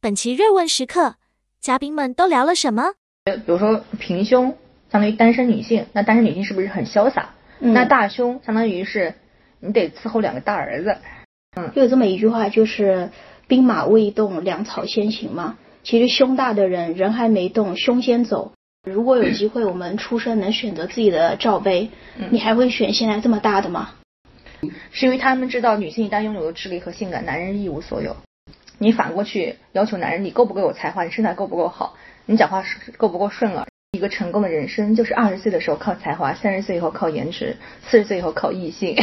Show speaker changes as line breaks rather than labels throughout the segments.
本期瑞问时刻，嘉宾们都聊了什么？
比如说平胸相当于单身女性，那单身女性是不是很潇洒？那大胸相当于是你得伺候2个大儿子。
就有这么一句话，就是兵马未动，粮草先行嘛。其实胸大的人，人还没动，胸先走。如果有机会我们出生能选择自己的罩杯，你还会选现在这么大的吗？
是因为他们知道女性一旦拥有了智力和性感，男人一无所有。你反过去要求男人，你够不够有才华，你身材够不够好，你讲话够不够顺耳。一个成功的人生就是20岁的时候靠才华，30岁以后靠颜值，40岁以后靠异性。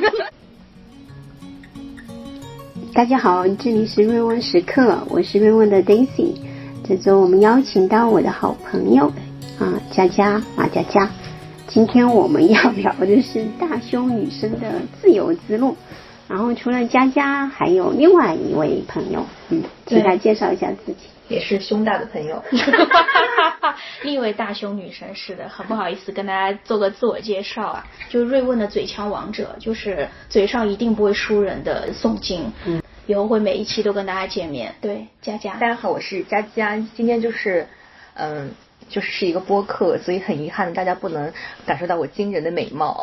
大家好，这里是瑞问时刻，我是瑞问的 Daisy。这周我们邀请到我的好朋友佳佳马佳佳。今天我们要聊的是大胸女生的自由之路。然后除了佳佳，还有另外一位朋友，请他介绍一下自己。
也是胸大的朋友。
另一位大胸女生，是的，很不好意思跟大家做个自我介绍啊，就是瑞问的嘴强王者，就是嘴上一定不会输人的宋晶。以后会每一期都跟大家见面。对，佳佳。
大家好，我是佳佳。今天就是一个播客，所以很遗憾大家不能感受到我惊人的美貌。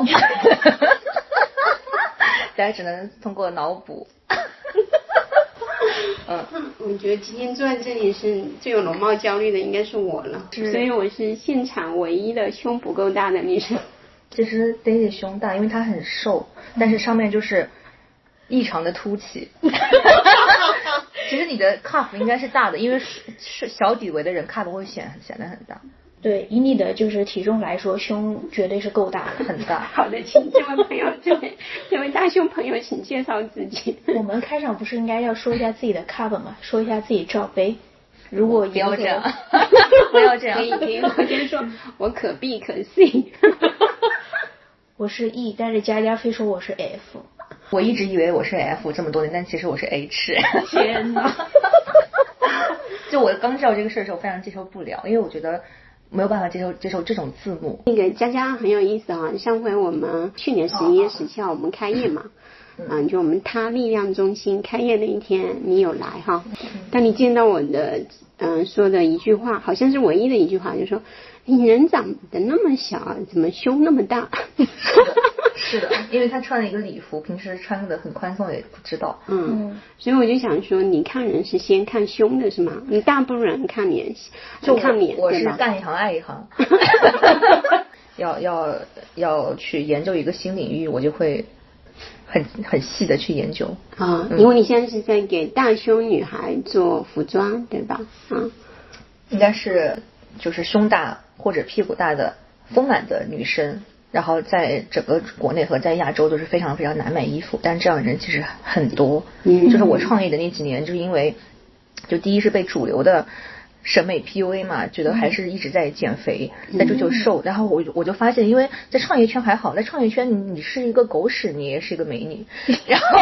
大家只能通过脑补。
我觉得今天坐在这里是最有容貌焦虑的应该是我了，所以我是现场唯一的胸不够大的女生。
其实 Daisy 胸大，因为她很瘦，但是上面就是异常的凸起。其实你的 cup 应该是大的，因为是小底围的人 cup 会显得很大。
对，以你的就是体重来说，胸绝对是够大的，
很大。
好的，请这位朋友，这位大胸朋友，请介绍自己。
我们开场不是应该要说一下自己的 cup 吗？说一下自己罩杯。如果
不要这样，不要这样。
可以，我先说，我可 B 可 C。
我是 E， 但是佳佳非说我是 F。
我一直以为我是 F 这么多年，但其实我是 H。
天哪！
就我刚知道这个事的时候，非常接受不了，因为我觉得没有办法接受这种字幕。
那个佳佳很有意思啊，上回我们去年11月17号我们开业嘛，就我们他力量中心开业那一天你有来哈，当你见到我的说的一句话，好像是唯一的一句话，就说你人长得那么小，怎么胸那么大？
是的，因为他穿了一个礼服，平时穿的很宽松也不知道。
所以我就想说，你看人是先看胸的是吗？你大部分人看脸，就看脸，
我是干一行爱一行。要去研究一个新领域，我就会很细的去研究
因为你现在是在给大胸女孩做服装，对吧？
应该是就是胸大或者屁股大的丰满的女生。然后在整个国内和在亚洲都是非常非常难买衣服，但这样的人其实很多。就是我创业的那几年，就是因为就第一是被主流的审美 PUA 嘛，觉得还是一直在减肥，在追求瘦。然后我就发现，因为在创业圈还好，在创业圈你是一个狗屎，你也是一个美女。然后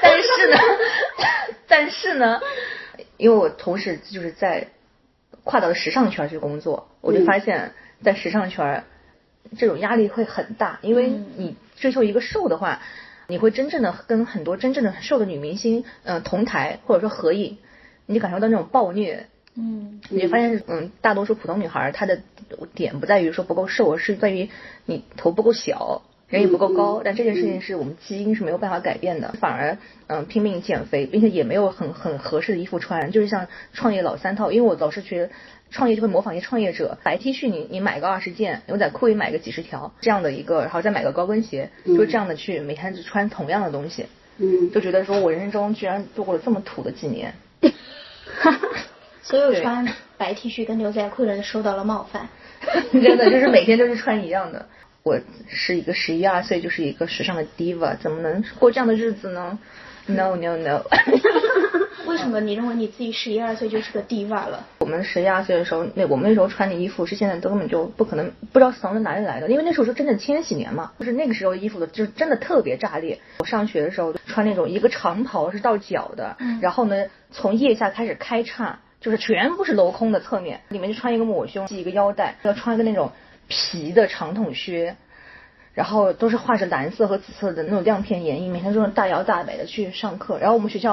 但是呢，因为我同时就是在跨到了时尚圈去工作，我就发现在时尚圈这种压力会很大，因为你追求一个瘦的话，你会真正的跟很多真正的瘦的女明星同台或者说合影，你就感受到那种暴虐。你就发现大多数普通女孩她的点不在于说不够瘦，而是在于你头不够小，人也不够高。但这件事情是我们基因是没有办法改变的，反而拼命减肥，并且也没有很合适的衣服穿，就是像创业老三套。因为我老是觉得创业就会模仿一些创业者，白 T 恤你买个20件，牛仔裤也买个几十条这样的一个，然后再买个高跟鞋，就这样的去每天就穿同样的东西。就觉得说我人生中居然度过了这么土的几年。
所有穿白 T 恤跟牛仔裤的人受到了冒犯。
真的就是每天都是穿一样的。我是一个11、12岁就是一个时尚的 diva， 怎么能过这样的日子呢？ No。
为什么你认为你自己11、12岁就是个 diva 了？
我们11、12岁的时候，我们那时候穿的衣服是现在根本就不可能，不知道从哪里来的，因为那时候是真的千禧年嘛，就是那个时候的衣服的就是真的特别炸裂。我上学的时候穿那种一个长袍是到脚的，然后呢从腋下开始开叉，就是全部是镂空的侧面，里面就穿一个抹胸，系一个腰带，要穿一个那种皮的长筒靴，然后都是画着蓝色和紫色的那种亮片眼影，每天都是大摇大摆的去上课。然后我们学校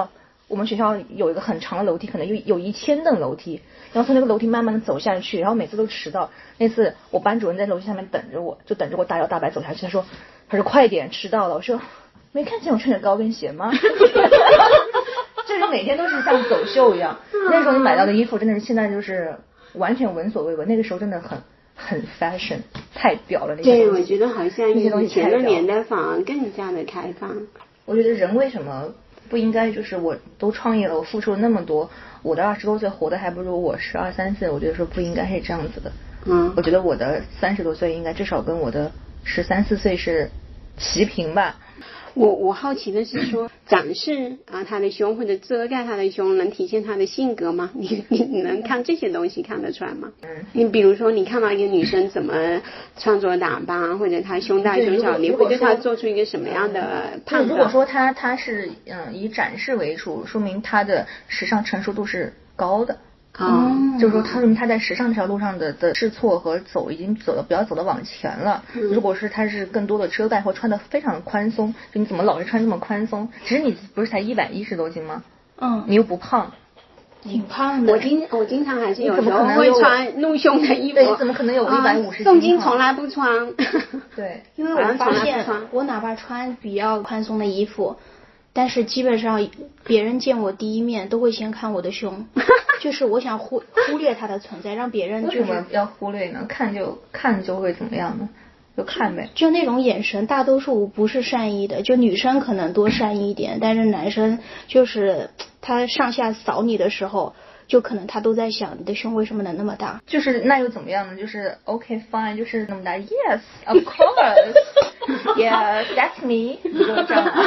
我们学校有一个很长的楼梯，可能有1000栋楼梯，然后从那个楼梯慢慢的走下去，然后每次都迟到。那次我班主任在楼梯下面等着我，就等着我大摇大摆走下去，他说快点迟到了。我说没看见我穿着高跟鞋吗？就是每天都是像走秀一样。那时候你买到的衣服真的是现在就是完全闻所未闻，那个时候真的很 fashion， 太屌了那些东西。
对，我觉得好像以前的年代反而更加的开放。
我觉得人为什么不应该就是我都创业了，我付出了那么多，我的20多岁活得还不如我12、13岁，我觉得说不应该是这样子的。我觉得我的30多岁应该至少跟我的13、14岁是齐平吧。
我好奇的是说，展示他的胸或者遮盖他的胸，能体现他的性格吗？你能看这些东西看得出来吗？你比如说，你看到一个女生怎么穿着打扮，或者她胸大胸小，你会对她做出一个什么样的判断？
如果说她是以展示为主，说明她的时尚成熟度是高的。就是说说明他在时尚这条路上的试错和走已经走得往前了。如果是他是更多的遮盖或穿得非常宽松，就你怎么老是穿这么宽松？其实你不是才110多斤吗？你又不胖。
挺胖的。
我经常还是有时候会穿露胸的衣服。
对，怎么可能有150斤？
宋金从来不穿。
对，
因为我发现我哪怕穿比较宽松的衣服，但是基本上别人见我第一面都会先看我的胸，就是我想忽略它的存在，让别人就是
为什么要忽略呢？看就会怎么样呢？就看呗。
就那种眼神，大多数不是善意的，就女生可能多善意一点，但是男生就是他上下扫你的时候，就可能他都在想你的胸为什么能那么大。
就是那又怎么样呢？就是 OK fine， 就是那么大 Yes of course Yes that's me 就这样。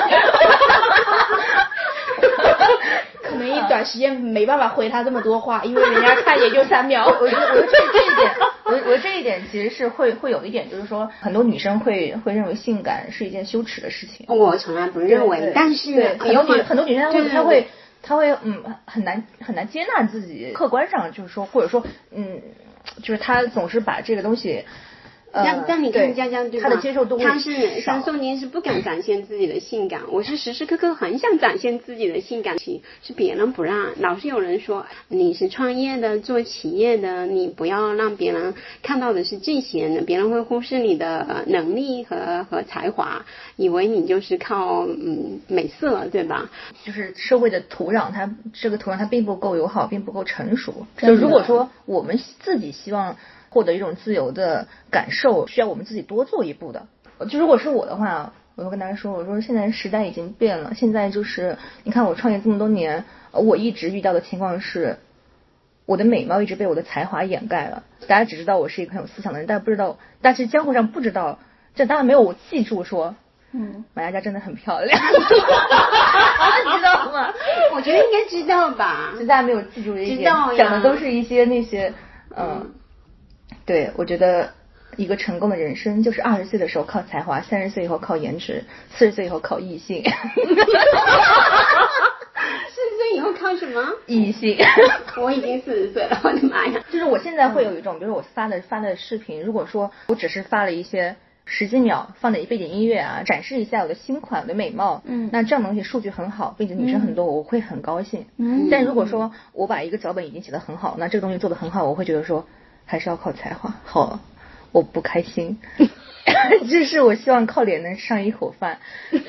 可能一短时间没办法回他这么多话，因为人家看也就3秒。
我觉得这一点其实是会有一点，就是说很多女生会认为性感是一件羞耻的事情。
我从来不认为，但是
很多女生她会很难接纳自己，客观上就是说或者说就是她总是把这个东西。
但你看佳佳对吧？
他的接受度
他是像宋宁是不敢展现自己的性感，我是时时刻刻很想展现自己的性感，是别人不让。老是有人说你是创业的，做企业的，你不要让别人看到的是这些，别人会忽视你的能力和才华，以为你就是靠美色，对吧？
就是社会的土壤，这个土壤它并不够友好，并不够成熟。就如果说我们自己希望获得一种自由的感受，需要我们自己多做一步的。就如果是我的话，我会跟大家说，我说现在时代已经变了，现在就是你看我创业这么多年，我一直遇到的情况是，我的美貌一直被我的才华掩盖了。大家只知道我是一个很有思想的人，但是江湖上不知道，这大家没有我记住说，马佳佳真的很漂亮，你知道吗？
我觉得应该知道吧，
就大家没有记住这一点，讲的都是一些那些对，我觉得一个成功的人生就是20岁的时候靠才华，30岁以后靠颜值，40岁以后靠异性。40
岁以后靠什么？
异性。
我已经40岁了，我的妈呀！
就是我现在会有一种，比如我发的视频，如果说我只是发了一些10几秒，放的背景音乐啊，展示一下我的新款、我的美貌，那这样东西数据很好，并且女生很多，我会很高兴。但如果说我把一个脚本已经写得很好，那这个东西做得很好，我会觉得说还是要靠才华，好，我不开心。就是我希望靠脸能上一口饭。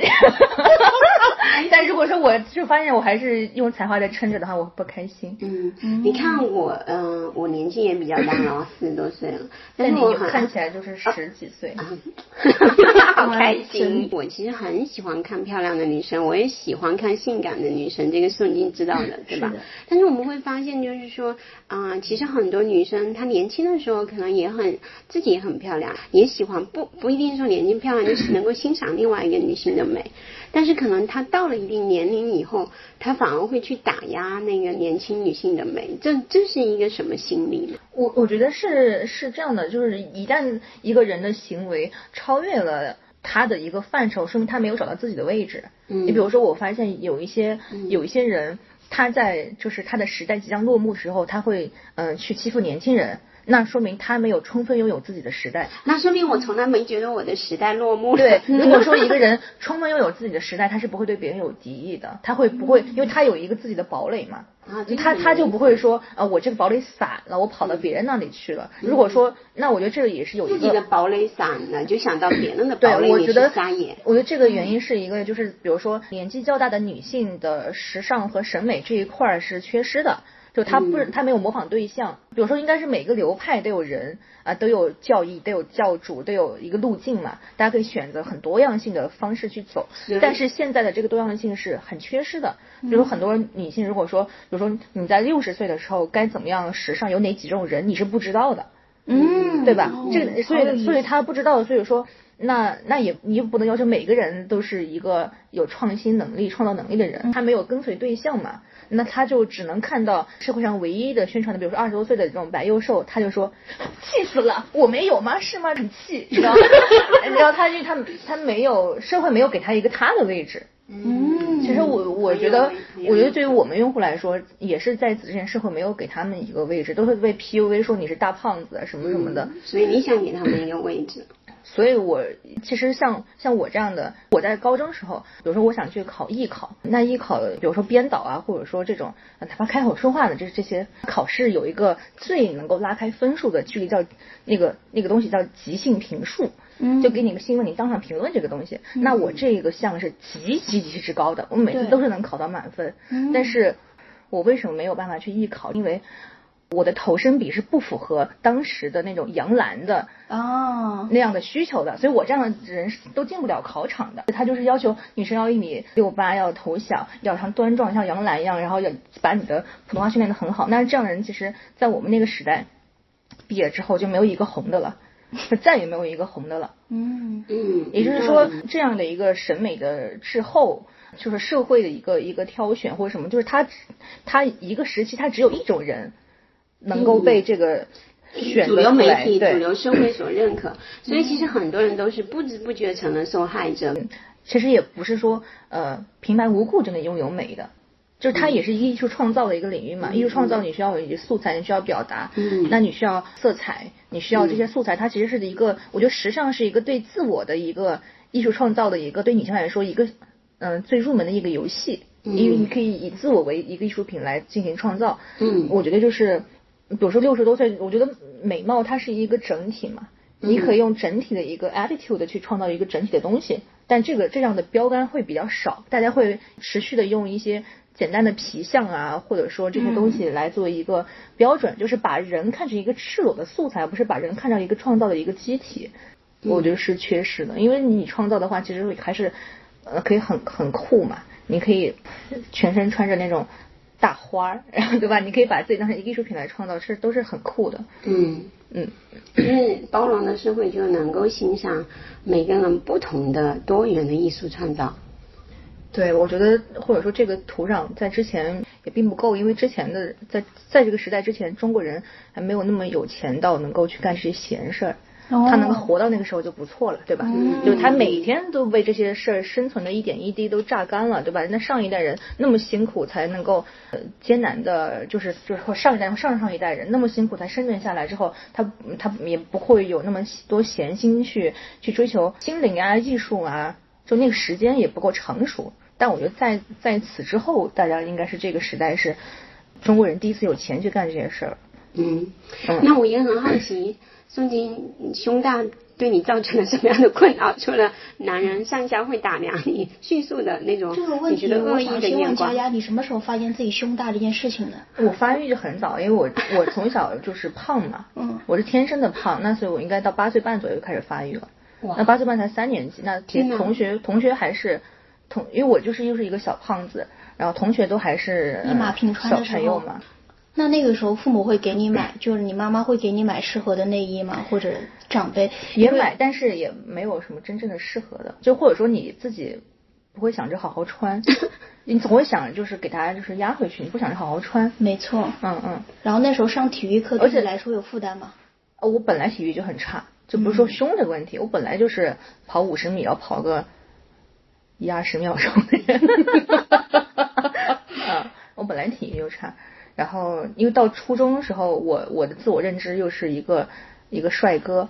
但如果说我就发现我还是用才华在撑着的话，我不开心。
你看我年纪也比较大了，40多岁了，但是
你看起来就是10几岁。
好开心！我其实很喜欢看漂亮的女生，我也喜欢看性感的女生，这个是你知道的，对吧？但是我们会发现，就是说其实很多女生她年轻的时候可能自己也很漂亮，也喜欢不一定说年轻漂亮就是能够欣赏另外一个女性的美，但是可能她到了一定年龄以后，她反而会去打压那个年轻女性的美，这是一个什么心理呢？
我觉得是这样的，就是一旦一个人的行为超越了他的一个范畴，说明他没有找到自己的位置。你比如说，我发现有一些人，他在就是他的时代即将落幕的时候，他会去欺负年轻人。 那说明他没有充分拥有自己的时代。
那说明我从来没觉得我的时代落幕了。
对，如果说一个人充分拥有自己的时代，他是不会对别人有敌意的，他不会，因为他有一个自己的堡垒嘛。他就不会说我这个堡垒散了，我跑到别人那里去了。如果说，那我觉得这个也是有一个
自己的堡垒散了，就想到别人的堡垒里去撒野。
我觉得这个原因是一个，就是比如说年纪较大的女性的时尚和审美这一块是缺失的。就他没有模仿对象，比如说应该是每个流派都有人啊，都有教义，都有教主，都有一个路径嘛，大家可以选择很多样性的方式去走。但是现在的这个多样性是很缺失的。比如说很多女性，如果说，比如说你在60岁的时候该怎么样时尚，有哪几种人你是不知道的，对吧？这个所以他不知道，所以说。那你也不能要求每个人都是一个有创新能力、创造能力的人，他没有跟随对象嘛，那他就只能看到社会上唯一的宣传的，比如说20多岁的这种白幼瘦，他就说气死了，我没有吗？是吗？很气，你知道？你知道他因为他没有社会没有给他一个他的位置。其实我觉得对于我们用户来说，也是在此之前社会没有给他们一个位置，都会被 PUA 说你是大胖子什么什么的。
所以你想给他们一个位置。
所以我其实像我这样的，我在高中时候，比如说我想去考艺考，那艺考比如说编导啊，或者说这种哪怕开口说话的这些考试，有一个最能够拉开分数的距离叫那个东西叫即兴评述，就给你个新闻你当场评论这个东西。那我这个项是极之高的，我每次都是能考到满分。但是我为什么没有办法去艺考？因为我的头身比是不符合当时的那种杨澜的那样的需求的，所以我这样的人都进不了考场的。他就是要求女生要1.68米，要头小，要像端庄，像杨澜一样，然后要把你的普通话训练得很好。那这样的人其实在我们那个时代毕业之后就没有一个红的了，就再也没有一个红的了。也就是说这样的一个审美的滞后，就是社会的一个挑选或者什么，就是他一个时期他只有一种人能够被这个选
主流媒体、主流社会所认可，所以其实很多人都是不知不觉成了受害者。
其实也不是说平白无故就能拥有美的，就是它也是艺术创造的一个领域嘛。艺术创造你需要有一些素材，你需要表达，那你需要色彩，你需要这些素材，它其实是一个，我觉得时尚是一个对自我的一个艺术创造的一个，对女性来说一个最入门的一个游戏，因为你可以以自我为一个艺术品来进行创造。我觉得就是比如说60多岁，我觉得美貌它是一个整体嘛，你可以用整体的一个 attitude 去创造一个整体的东西，但这样的标杆会比较少，大家会持续的用一些简单的皮相啊，或者说这些东西来做一个标准，就是把人看成一个赤裸的素材，不是把人看成一个创造的一个机体。我觉得是缺失的，因为你创造的话，其实还是可以很酷嘛，你可以全身穿着那种大花，然后对吧？你可以把自己当成一个艺术品来创造，这都是很酷的。
就是包容的社会就能够欣赏每个人不同的多元的艺术创造。
对，我觉得或者说这个土壤在之前也并不够，因为之前的在这个时代之前，中国人还没有那么有钱到能够去干这些闲事儿。他能够活到那个时候就不错了，对吧？就是他每天都为这些事儿生存的一点一滴都榨干了，对吧？那上一代人那么辛苦才能够艰难的，就是上一代上一代人那么辛苦才生存下来之后，他也不会有那么多闲心去追求心灵啊、艺术啊，就那个时间也不够成熟。但我觉得在此之后，大家应该是这个时代是中国人第一次有钱去干这些事儿。
那我也很好奇。宋金，胸大对你造成了什么样的困扰？除了男人上下会打量你，迅速的那种，
这个问题
我
想先问佳佳，你什么时候发现自己胸大这件事情呢？
我发育就很早，因为我从小就是胖嘛，我是天生的胖，那所以我应该到8岁半左右就开始发育了。那8岁半才3年级，那同学还是因为我又是一个小胖子，然后同学都还是
一马平川的时候
小朋友嘛。
那个时候父母会给你买，就是你妈妈会给你买适合的内衣吗？或者长辈
也买，但是也没有什么真正的适合的，就或者说你自己不会想着好好穿，你总会想就是给它就是压回去，你不想着好好穿。
没错，然后那时候上体育课对你来说有负担吗？
我本来体育就很差，就不是说胸这个问题，我本来就是跑50米要跑个1-20秒钟的人，我本来体育就差。 然后因为到初中的时候，我的自我认知又是一个帅哥，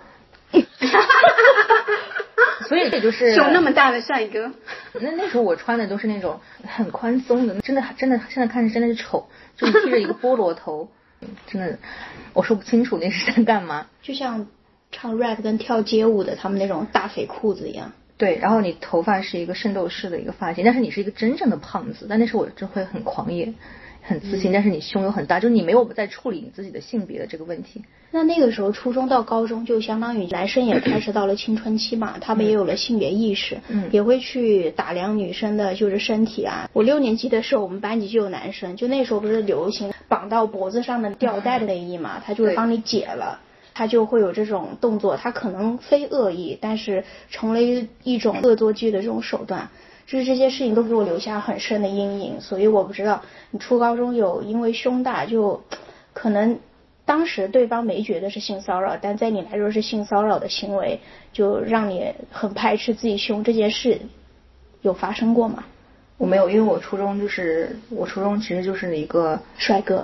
所以也就是
胸那么大的帅哥。
那时候我穿的都是那种很宽松的，真的现在看着真的是丑，就是剃着一个菠萝头，真的我说不清楚那是在干嘛，
就像唱 rap 跟跳街舞的他们那种大肥裤子一样。
对，然后你头发是一个圣斗士的一个发型，但是你是一个真正的胖子。但那时候我就会很狂野，很自信，但是你胸又很大，就是你没有在处理你自己的性别的这个问题。
那个时候初中到高中就相当于男生也开始到了青春期嘛，他们也有了性别意识，也会去打量女生的就是身体啊。我6年级的时候，我们班级就有男生，就那时候不是流行绑到脖子上的吊带的内衣嘛，他就会帮你解了。他就会有这种动作，他可能非恶意，但是成了一种恶作剧的这种手段，就是这些事情都给我留下很深的阴影。所以我不知道你初高中有因为胸大，就可能当时对方没觉得是性骚扰，但在你来说是性骚扰的行为，就让你很排斥自己胸这件事，有发生过吗？
我没有，因为我初中其实就是一个
帅哥。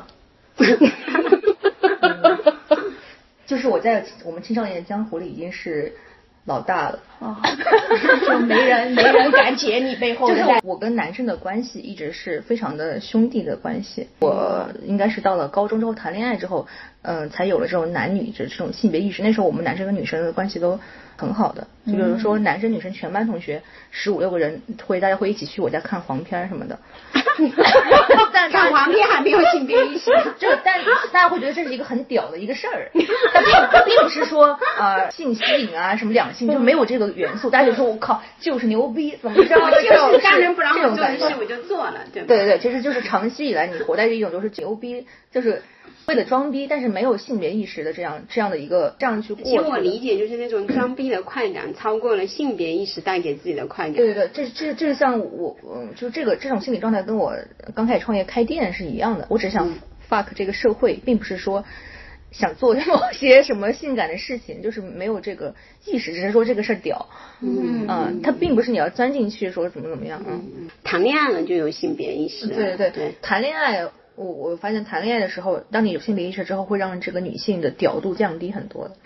就是我在我们青少年江湖里已经是老大了，
就没人敢解你背后的。
就是我跟男生的关系一直是非常的兄弟的关系。我应该是到了高中之后谈恋爱之后，才有了这种男女这种性别意识。那时候我们男生跟女生的关系都很好的，就比如说男生女生全班同学15、16个人大家会一起去我家看黄片什么的。
但看黄片还没有性别意识，
但大家会觉得这是一个很屌的一个事儿，但并不是说性吸引啊什么两性就没有这个元素，大家就说我靠就是牛逼怎么着，
就是大人不让我做的事我就做了，对吧？
对，其实就是长期以来你活在一种就是牛逼，就是为了装逼，但是没有性别意识的这样的一个这样去过。
其实我理解就是那种装逼的快感超过了性别意识带给自己的快感。
对，这就像我就这种心理状态跟我刚开始创业开店是一样的。我只想 fuck 这个社会，并不是说想做某些什么性感的事情，就是没有这个意识，只是说这个事儿屌。它并不是你要钻进去说怎么样。
谈恋爱了就有性别意识。
对，谈恋爱。我发现谈恋爱的时候，当你有性别意识之后，会让这个女性的屌度降低很多的。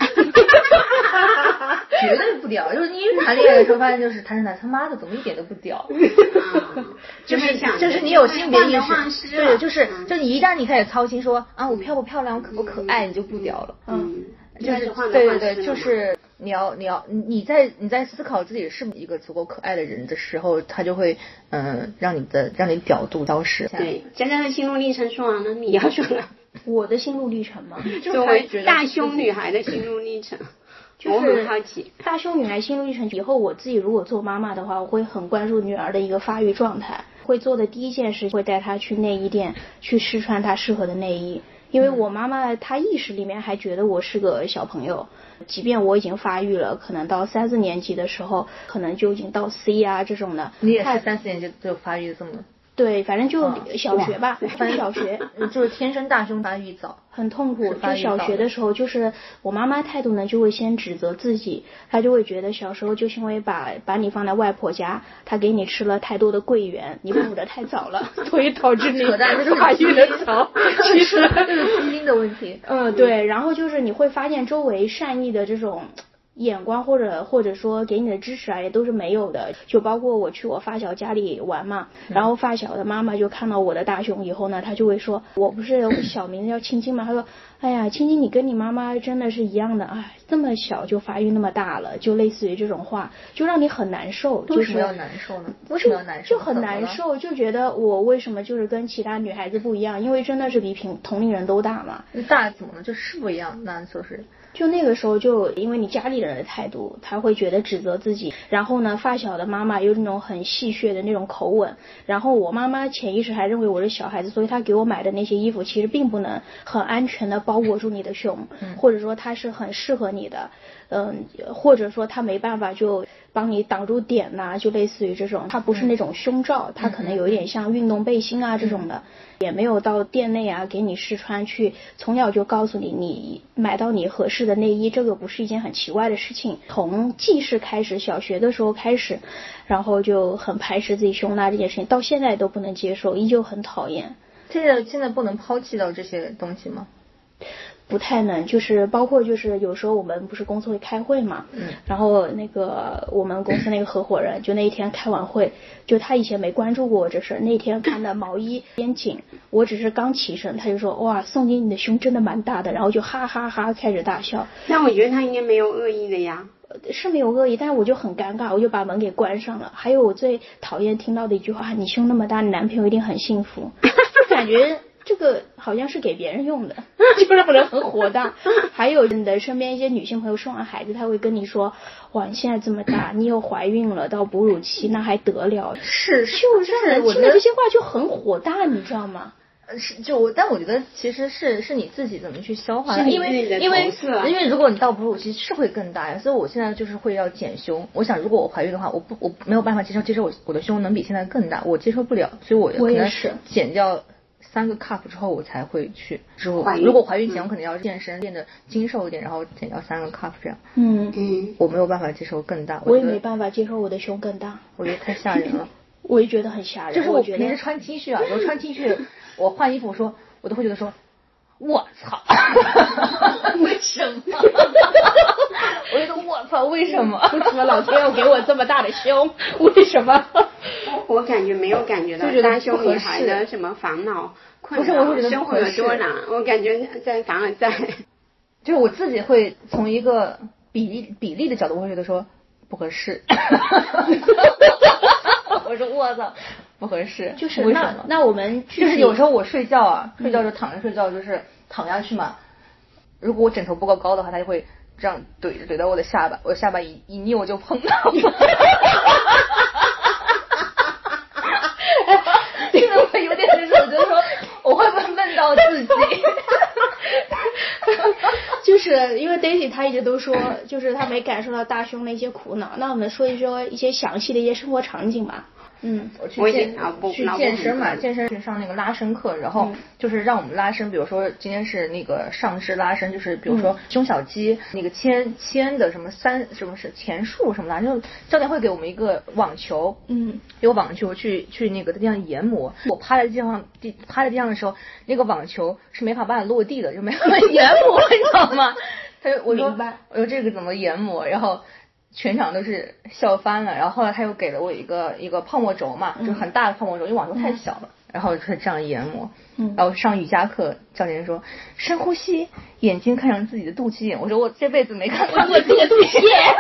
绝对不屌，就是你谈恋爱的时候发现，就是谈着谈他妈的怎么一点都不屌。就是你有性别意识，对，就是你一旦你开始操心说啊我漂不漂亮，我可不可爱，你就不屌了。就是对，就是你在思考自己是不是一个足够可爱的人的时候，他就会让你屌度消失。
对，佳佳的心路历程说完了，你要说了。
我的心路历程吗？
作为大胸女孩的心路历程。我很好奇，
大胸女孩心路历程以后，我自己如果做妈妈的话，我会很关注女儿的一个发育状态，会做的第一件事会带她去内衣店去试穿她适合的内衣。因为我妈妈她意识里面还觉得我是个小朋友，即便我已经发育了，可能到3、4年级的时候，可能就已经到 C 啊这种的。
你也是3、4年级就发育这么？
对，反正就小学吧，小学
就是天生大胸发育早，
很痛苦。就小学的时候，就是我妈妈态度呢，就会先指责自己，她就会觉得小时候就是因为把你放在外婆家，她给你吃了太多的桂圆，你补得太早了，所以导致你发育的早。其实
这是基因的问题。
对，然后就是你会发现周围善意的这种眼光或者说给你的支持啊，也都是没有的。就包括我去我发小家里玩嘛，然后发小的妈妈就看到我的大胸以后呢，她就会说，我不是小名字叫青青嘛，她说，哎呀，青青你跟你妈妈真的是一样的，哎，这么小就发育那么大了，就类似于这种话，就让你很难受。
为什么要难受呢？为什么要难受？
就很难受，就觉得我为什么就是跟其他女孩子不一样？因为真的是比同龄人都大嘛。
大怎么了？就是不一样，那就是。
就那个时候，就因为你家里人的态度，他会觉得指责自己，然后呢，发小的妈妈有那种很戏谑的那种口吻，然后我妈妈潜意识还认为我是小孩子，所以她给我买的那些衣服其实并不能很安全的包裹住你的胸，或者说它是很适合你的，或者说它没办法就帮你挡住点呐，就类似于这种，它不是那种胸罩，它可能有一点像运动背心啊这种的。也没有到店内啊给你试穿，去从小就告诉你买到你合适的内衣，这个不是一件很奇怪的事情。从记事开始，小学的时候开始，然后就很排斥自己胸大这件事情，到现在都不能接受，依旧很讨厌。
现在不能抛弃到这些东西吗？
不太能，就是包括就是有时候我们不是公司会开会嘛，然后那个我们公司那个合伙人就那一天开完会，就他以前没关注过我这事，那天看的毛衣边紧，我只是刚起身，他就说哇，宋晶你的胸真的蛮大的，然后就哈哈哈开始大笑。
那我觉得他应该没有恶意的呀。
是没有恶意，但是我就很尴尬，我就把门给关上了。还有我最讨厌听到的一句话，你胸那么大，你男朋友一定很幸福，就感觉这个好像是给别人用的，就让人很火大。还有你的身边一些女性朋友生完孩子，她会跟你说，哇，你现在这么大，你又怀孕了，到哺乳期那还得了？
是，
就是我听的这些话就很火大，你知道吗？
但我觉得其实是你自己怎么去消化的，因为如果你到哺乳期是会更大呀，所以我现在就是会要减胸。我想如果我怀孕的话，我没有办法接受我的胸能比现在更大，我接受不了，所以我可能减掉3个 cup 之后我才会去。如果怀孕前我可能要健身练得精瘦一点，然后减掉3个 cup 这样。我没有办法接受更大，
我也没办法接受我的胸更大，
我觉得太吓人了。
我也觉得很吓人。
就是我平时穿 T 恤啊，我穿 T 恤，我换衣服我都会觉得说，我操，为什么？我觉得我操，为什么？
为什么老天要给我这么大的胸？为什么？
我感觉没有感觉到大胸女孩的什么烦恼困扰，我生活有多难，我感觉反而在，
就是我自己会从一个比例的角度，我会觉得说不合适。我说我操，不合适。
就是
为什么？
那我们
就是有时候我睡觉就躺着睡觉，就是躺下去嘛。如果我枕头不够高的话，他就会这样怼到我的下巴，我下巴一扭就碰到。这个会有点就是我觉得说我会不会闷到自己。
就是因为 Daisy 她一直都说，就是她没感受到大胸的一些苦恼。那我们说一些详细的一些生活场景吧。
我去健身嘛，健身去上那个拉伸课，然后就是让我们拉伸，比如说今天是那个上肢拉伸，就是比如说胸小肌那个牵的什么什么是前束什么的，就教练会给我们一个网球，有网球去那个在地上研磨。我趴在地上的时候，那个网球是没法办法落地的，就没法研磨，你知道吗？我说这个怎么研磨，然后全场都是笑翻了。然后后来他又给了我一个泡沫轴嘛，就很大的泡沫轴，因为网球太小了，然后就是这样研磨。然后上瑜伽课，教练说深呼吸，眼睛看上自己的肚脐眼。我说我这辈子没看过我自己的肚脐眼。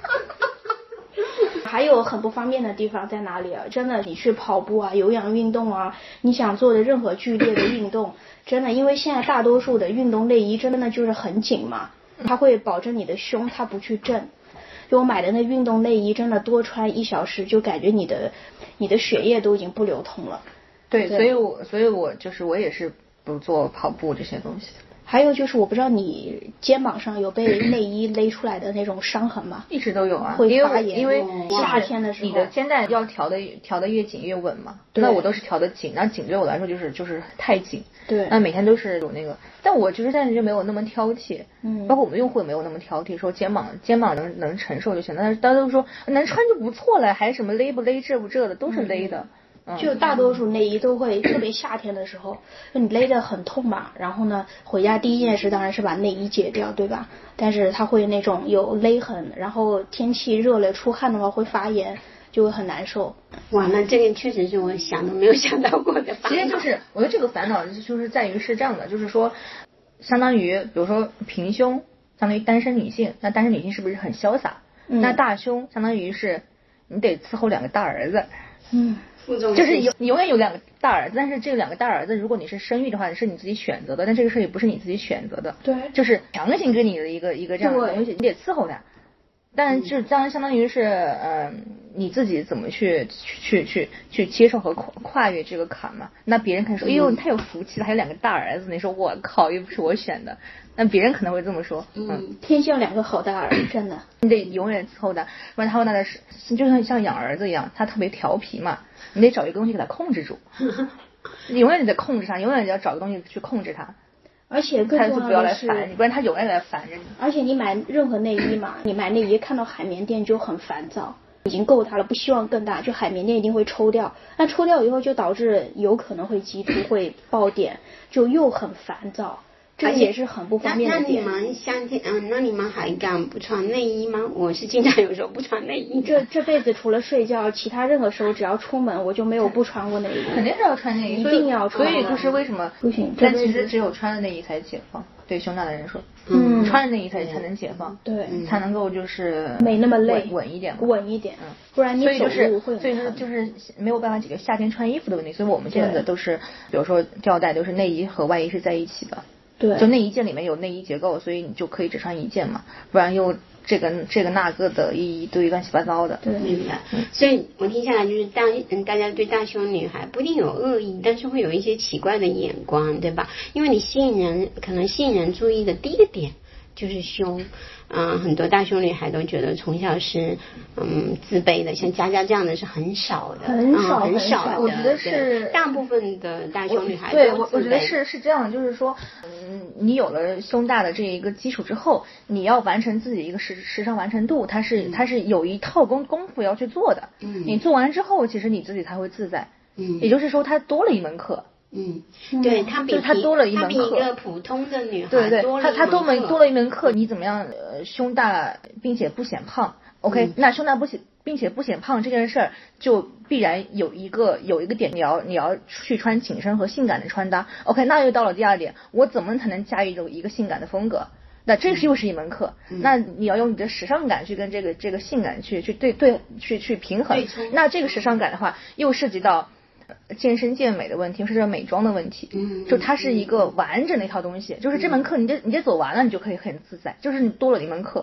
还有很不方便的地方在哪里啊？真的，你去跑步啊、有氧运动啊，你想做的任何剧烈的运动，真的，因为现在大多数的运动内衣真的就是很紧嘛，它会保证你的胸它不去震。就我买的那运动内衣，真的多穿1小时就感觉你的血液都已经不流通了。
对，所以我就是我也是不做跑步这些东西。
还有就是我不知道你肩膀上有被内衣勒出来的那种伤痕吗？
一直都有啊，
会发炎，
因为
夏天的时候
你的肩带要调的越紧越稳嘛。那我都是调的紧，那紧对我来说就是太紧。
对，
那每天都是有那个，但我就是暂时就没有那么挑剔，包括我们用户也没有那么挑剔，说肩膀能承受就行。但是大家都说能穿就不错了，还什么勒不勒这不这的都是勒的。
就大多数内衣都会，特别夏天的时候，就你勒得很痛嘛，然后呢，回家第一件事当然是把内衣解掉，对吧？但是它会那种有勒痕，然后天气热了出汗的话会发炎，就会很难受。
哇，那这个确实是我想都没有想到过的烦恼。
其实就是我觉得这个烦恼就是在于是这样的，就是说，相当于比如说平胸，相当于单身女性，那单身女性是不是很潇洒？那大胸相当于是你得伺候2个大儿子。就是你永远有2个大儿子，但是这2个大儿子，如果你是生育的话，是你自己选择的，但这个事也不是你自己选择的。对，就是强行给你的一个这样的东西，你得伺候他。但就相当于是你自己怎么去接受和跨越这个坎嘛？那别人可能说，哎呦，你太有福气了，还有2个大儿子。你说我靠，又不是我选的，那别人可能会这么说。
天下2个好大儿，真的。
你得永远伺候他，不然他会那就像养儿子一样，他特别调皮嘛，你得找一个东西给他控制住。你永远得控制他，永远要找个东西去控制他。
而且更重要的是，他
就不要来烦你，不然他永远来烦着你。
而且你买任何内衣嘛，你买内衣看到海绵垫就很烦躁， 已经够大了，不希望更大，就海绵垫一定会抽掉。那抽掉以后就导致有可能会激突，会爆点，就又很烦躁。这也是很不方便的点。
那你们还敢不穿内衣吗？我是经常有时候不穿内衣。
这辈子除了睡觉，其他任何时候只要出门，我就没有不穿过内衣。
肯定是要穿内衣，
一定要穿。
所以就是为什么
不行？
但其实只有穿了内衣才解放。对胸大的人说，穿着内衣才能解放，
对，
才能够就是
没那么累，
稳一点，
不然你走路会。
所以说就是没有办法解决夏天穿衣服的问题。所以我们现在的都是，比如说吊带都是内衣和外衣是在一起的。
对，
就内衣件里面有内衣结构，所以你就可以只穿一件嘛，不然又这个那个的一堆乱七八糟的。
对，
明白。所以我听下来就是大家对大胸女孩不一定有恶意，但是会有一些奇怪的眼光，对吧？因为你可能吸引人注意的第一个点就是胸。很多大胸女孩都觉得从小是自卑的，像佳佳这样的是很少的，很少的。
我觉得是
大部分的大胸女孩
对我觉得是这样，就是说，你有了胸大的这一个基础之后，你要完成自己一个时尚完成度，它是有一套功夫要去做的。你做完之后，其实你自己才会自在。也就是说，它多了一门课。
对，他
多了一门课，
他比一个普通的女孩
对
多了一门课。
他多了一门课，你怎么样胸大并且不显胖 ？OK，那胸大并且不显胖这件事儿，就必然有一个点，你要去穿紧身和性感的穿搭。OK， 那又到了第二点，我怎么才能驾驭一个性感的风格？那这又是一门课。那你要用你的时尚感去跟这个性感去平衡。那这个时尚感的话，又涉及到健身健美的问题，是美妆的问题。就它是一个完整的一套东西，就是这门课你得走完了，你就可以很自在，就是你多了一门课。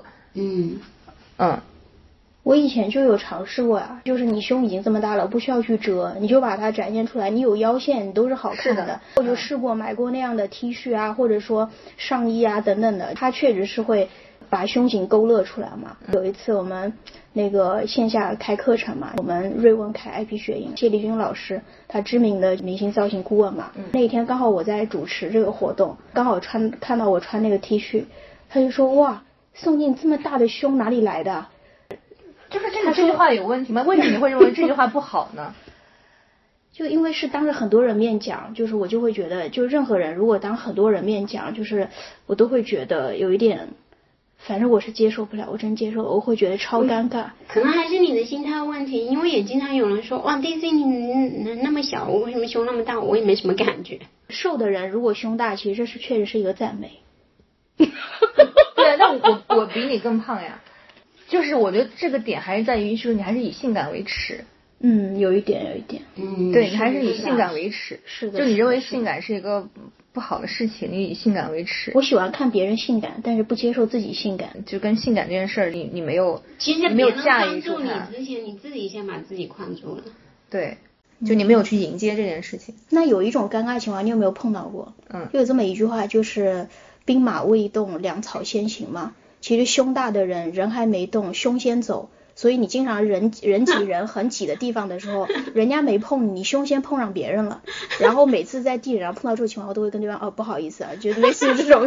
我以前就有尝试过呀，就是你胸已经这么大了，不需要去遮，你就把它展现出来，你有腰线，你都是好看的。我就试过买过那样的 T 恤啊，或者说上衣啊等等的，它确实是会把胸型勾勒出来嘛。有一次我们那个线下开课程嘛，我们瑞文开 IP 学营，谢丽君老师，他知名的明星造型顾问嘛。那一天刚好我在主持这个活动，刚好看到我穿那个 T 恤，他就说哇，宋静这么大的胸哪里来的？
就是这句话有问题吗？为什么你会认为这句话不好呢？
就因为是当着很多人面讲，就是我就会觉得，就任何人如果当很多人面讲，就是我都会觉得有一点，反正我是接受不了，我真接受，我会觉得超尴尬。
可能还是你的心态问题，因为也经常有人说，哇 ，Daisy 你那么小，我为什么胸那么大？我也没什么感觉。
瘦的人如果胸大，其实这确实是一个赞美。
对，那我比你更胖呀。就是我觉得这个点还是在于，就是你还是以性感为耻。
有一点。
对，你还是以性感为耻。
是的。
就你认为性感是一个不好的事情，你以性感为耻。
我喜欢看别人性感，但是不接受自己性感。
就跟性感这件事儿，你没有，
其实
没有驾驭住
它。你之前你自己先把自己框住了。
对，就你没有去迎接这件事情。
那有一种尴尬情况，你有没有碰到过？就有这么一句话，就是兵马未动，粮草先行嘛。其实胸大的人还没动，胸先走，所以你经常人挤人很挤的地方的时候，人家没碰你，胸先碰上别人了。然后每次在地上碰到这种情况，我都会跟对方不好意思啊，就类似于这种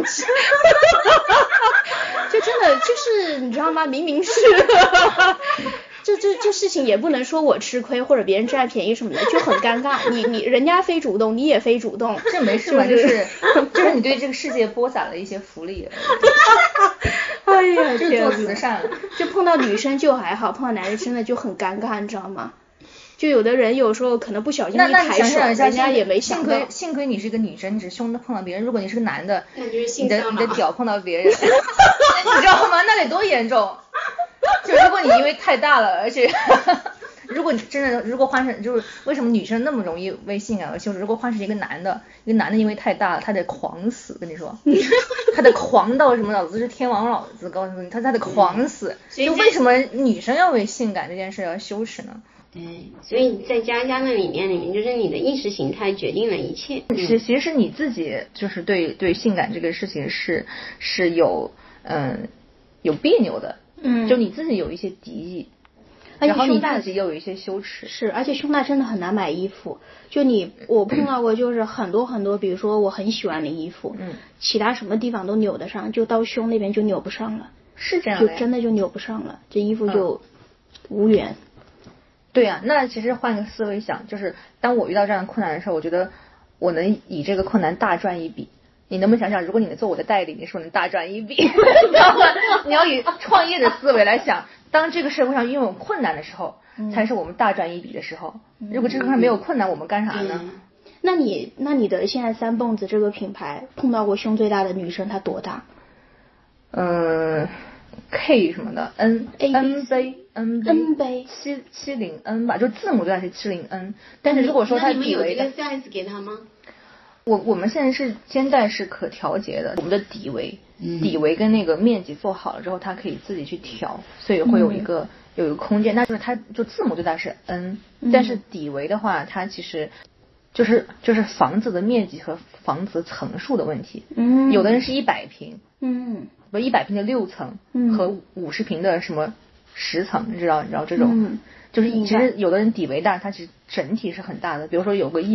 就真的就是你知道吗？明明是这事情也不能说我吃亏或者别人占便宜什么的，就很尴尬。你人家非主动，你也非主动，
这没事嘛，就是你对这个世界播撒了一些福利。
哎呀，
就是做慈善了。
就碰到女生就还好，碰到男生真的就很尴尬，你知道吗？就有的人有时候可能不小心一抬手，人家也没想到。
幸亏你是个女生，你只胸碰到别人。如果你是个男的，
你
的脚碰到别人，你知道吗？那得多严重！就如果你因为太大了，而且如果换成就是为什么女生那么容易为性感而羞耻？如果换成一个男的因为太大了，他得狂死，跟你说，他得狂到什么？老子是天王老子，告诉你，他得狂死。就为什么女生要为性感这件事要羞耻呢？
对，所以在佳佳的里面就是你的意识形态决定了一切。
其实是你自己就是对性感这个事情是有别扭的。就你自己有一些敌意，然后你自己又有一些羞耻。
是，而且胸大真的很难买衣服。就我碰到过，就是很多，比如说我很喜欢的衣服，其他什么地方都扭得上，就到胸那边就扭不上了。
是这样的。
就真的就扭不上了，这衣服就无缘。
对呀，那其实换个思维想，就是当我遇到这样的困难的时候，我觉得我能以这个困难大赚一笔。你能不能想想，如果你能做我的代理，你说能大赚一笔，你知道吗？你要以创业的思维来想，当这个社会上拥有困难的时候，才是我们大赚一笔的时候。如果这个上没有困难，我们干啥呢？
那你的现在三蹦子这个品牌碰到过胸最大的女生她多大
？K 什么的 N 杯70N 吧，就字母对它是70N，但是如果说它底围的，
那你们有这个 size 给他吗？
我们现在是肩带是可调节的，我们的底围跟那个面积做好了之后，它可以自己去调，所以会有一个空间。那就是它就字母最大是 N，但是底围的话，它其实就是房子的面积和房子层数的问题。有的人是100平，100平的6层和50平的什么10层，你知道这种。就是其实有的人底围大，它其实整体是很大的。比如说有个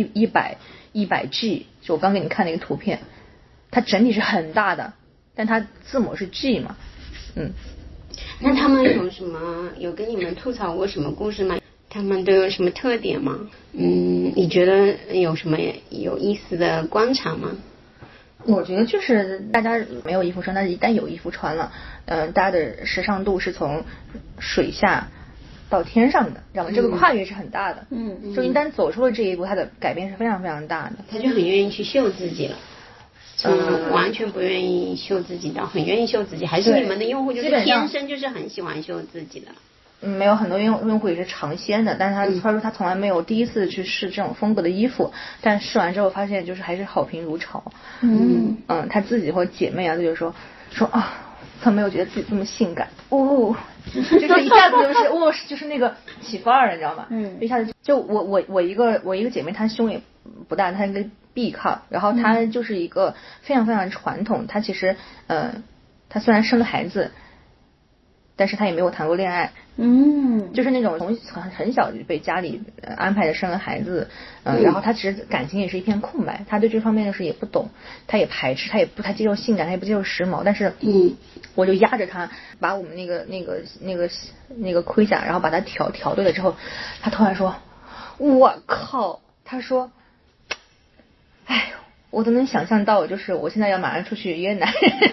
100G， 就我刚给你看那个图片，它整体是很大的，但它字母是 G 嘛，
那他们有跟你们吐槽过什么故事吗？他们都有什么特点吗？你觉得有什么有意思的观察吗？
我觉得就是大家没有衣服穿，但是一旦有衣服穿了，大家的时尚度是从水下到天上的，知道吗？这个跨越是很大的。就一旦走出了这一步，它的改变是非常非常大的。
他就很愿意去秀自己了，从完全不愿意秀自己到很愿意秀自己，还是你们的用户就是天生就是很喜欢秀自己的？
没有，很多用户也是尝鲜的，但是他说他从来没有第一次去试这种风格的衣服，但试完之后发现就是还是好评如潮。他自己或姐妹啊，就是说啊，他没有觉得自己这么性感，就是一下子就是那个起范儿了，你知道吗？一下子就我一个姐妹，她胸也不大，她一个 B cup， 然后她就是一个非常非常传统，她其实她虽然生了孩子，但是她也没有谈过恋爱。就是那种从很小就被家里安排的生了孩子，然后她其实感情也是一片空白，她对这方面就是也不懂，她也排斥，她也不太接受性感，她也不接受时髦，但是我就压着她，把我们那个盔甲，然后把它调对了之后，她突然说，我靠，她说，哎，我都能想象到，就是我现在要马上出去约男人，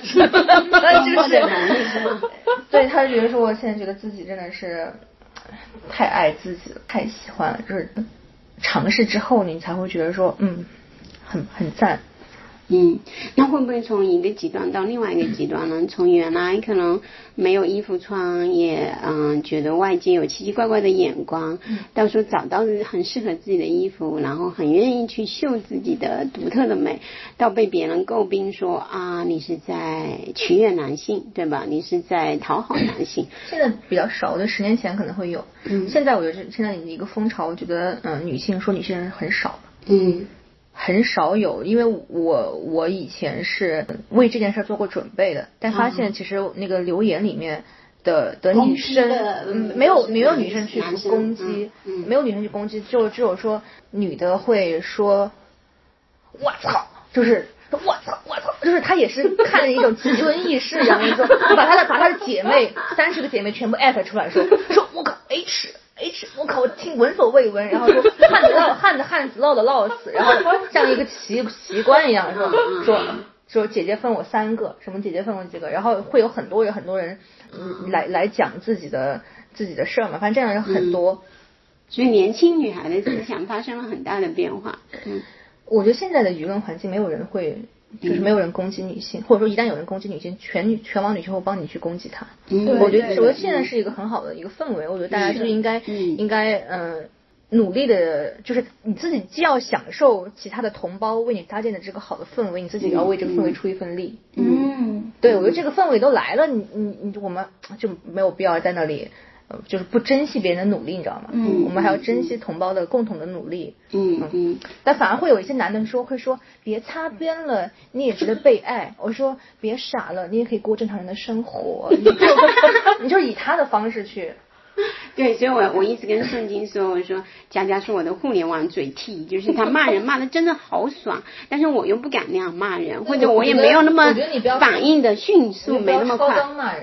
就是对，他就觉得说，我现在觉得自己真的是太爱自己了，太喜欢了，就是尝试之后你才会觉得说，很赞。
那会不会从一个极端到另外一个极端呢？从原来可能没有衣服穿，也觉得外界有奇奇怪怪的眼光，到时候找到很适合自己的衣服，然后很愿意去秀自己的独特的美，到被别人诟病说啊，你是在取悦男性，对吧？你是在讨好男性。
现在比较少，我觉得10年前可能会有。现在我觉得现在一个风潮，我觉得女性人很少。很少有，因为我以前是为这件事做过准备的，但发现其实那个留言里面的女生，没有女生去攻击，没有女生去攻击，就只有说女的会说，我操，就是我操，就是她也是看了一种极尊意识一样的说，把她的姐妹30个姐妹全部艾特出来说我靠 H， 我靠，我听闻所未闻，然后说汉子唠的唠死，然后像一个习惯一样说姐姐分我3个，什么姐姐分我几个，然后会有很多人来讲自己的事儿嘛，反正这样人很多。
所以年轻女孩的思想发生了很大的变化。
我觉得现在的舆论环境没有人会。就是没有人攻击女性，或者说一旦有人攻击女性，全网女性会帮你去攻击她。我觉得现在是一个很好的一个氛围，我觉得大家就应该努力的，就是你自己既要享受其他的同胞为你搭建的这个好的氛围，你自己也要为这个氛围出一份力。对，我觉得这个氛围都来了，我们就没有必要在那里。就是不珍惜别人的努力，你知道吗？我们还要珍惜同胞的共同的努力。但反而会有一些男的会说别擦边了，你也值得被爱。我说别傻了，你也可以过正常人的生活。你就以他的方式去。
对，所以我一直跟圣经说，我说佳佳是我的互联网嘴替，就是他骂人骂的真的好爽，但是我又不敢那样骂人，或者我也没有那么反应的迅速，没那么快。
骂人。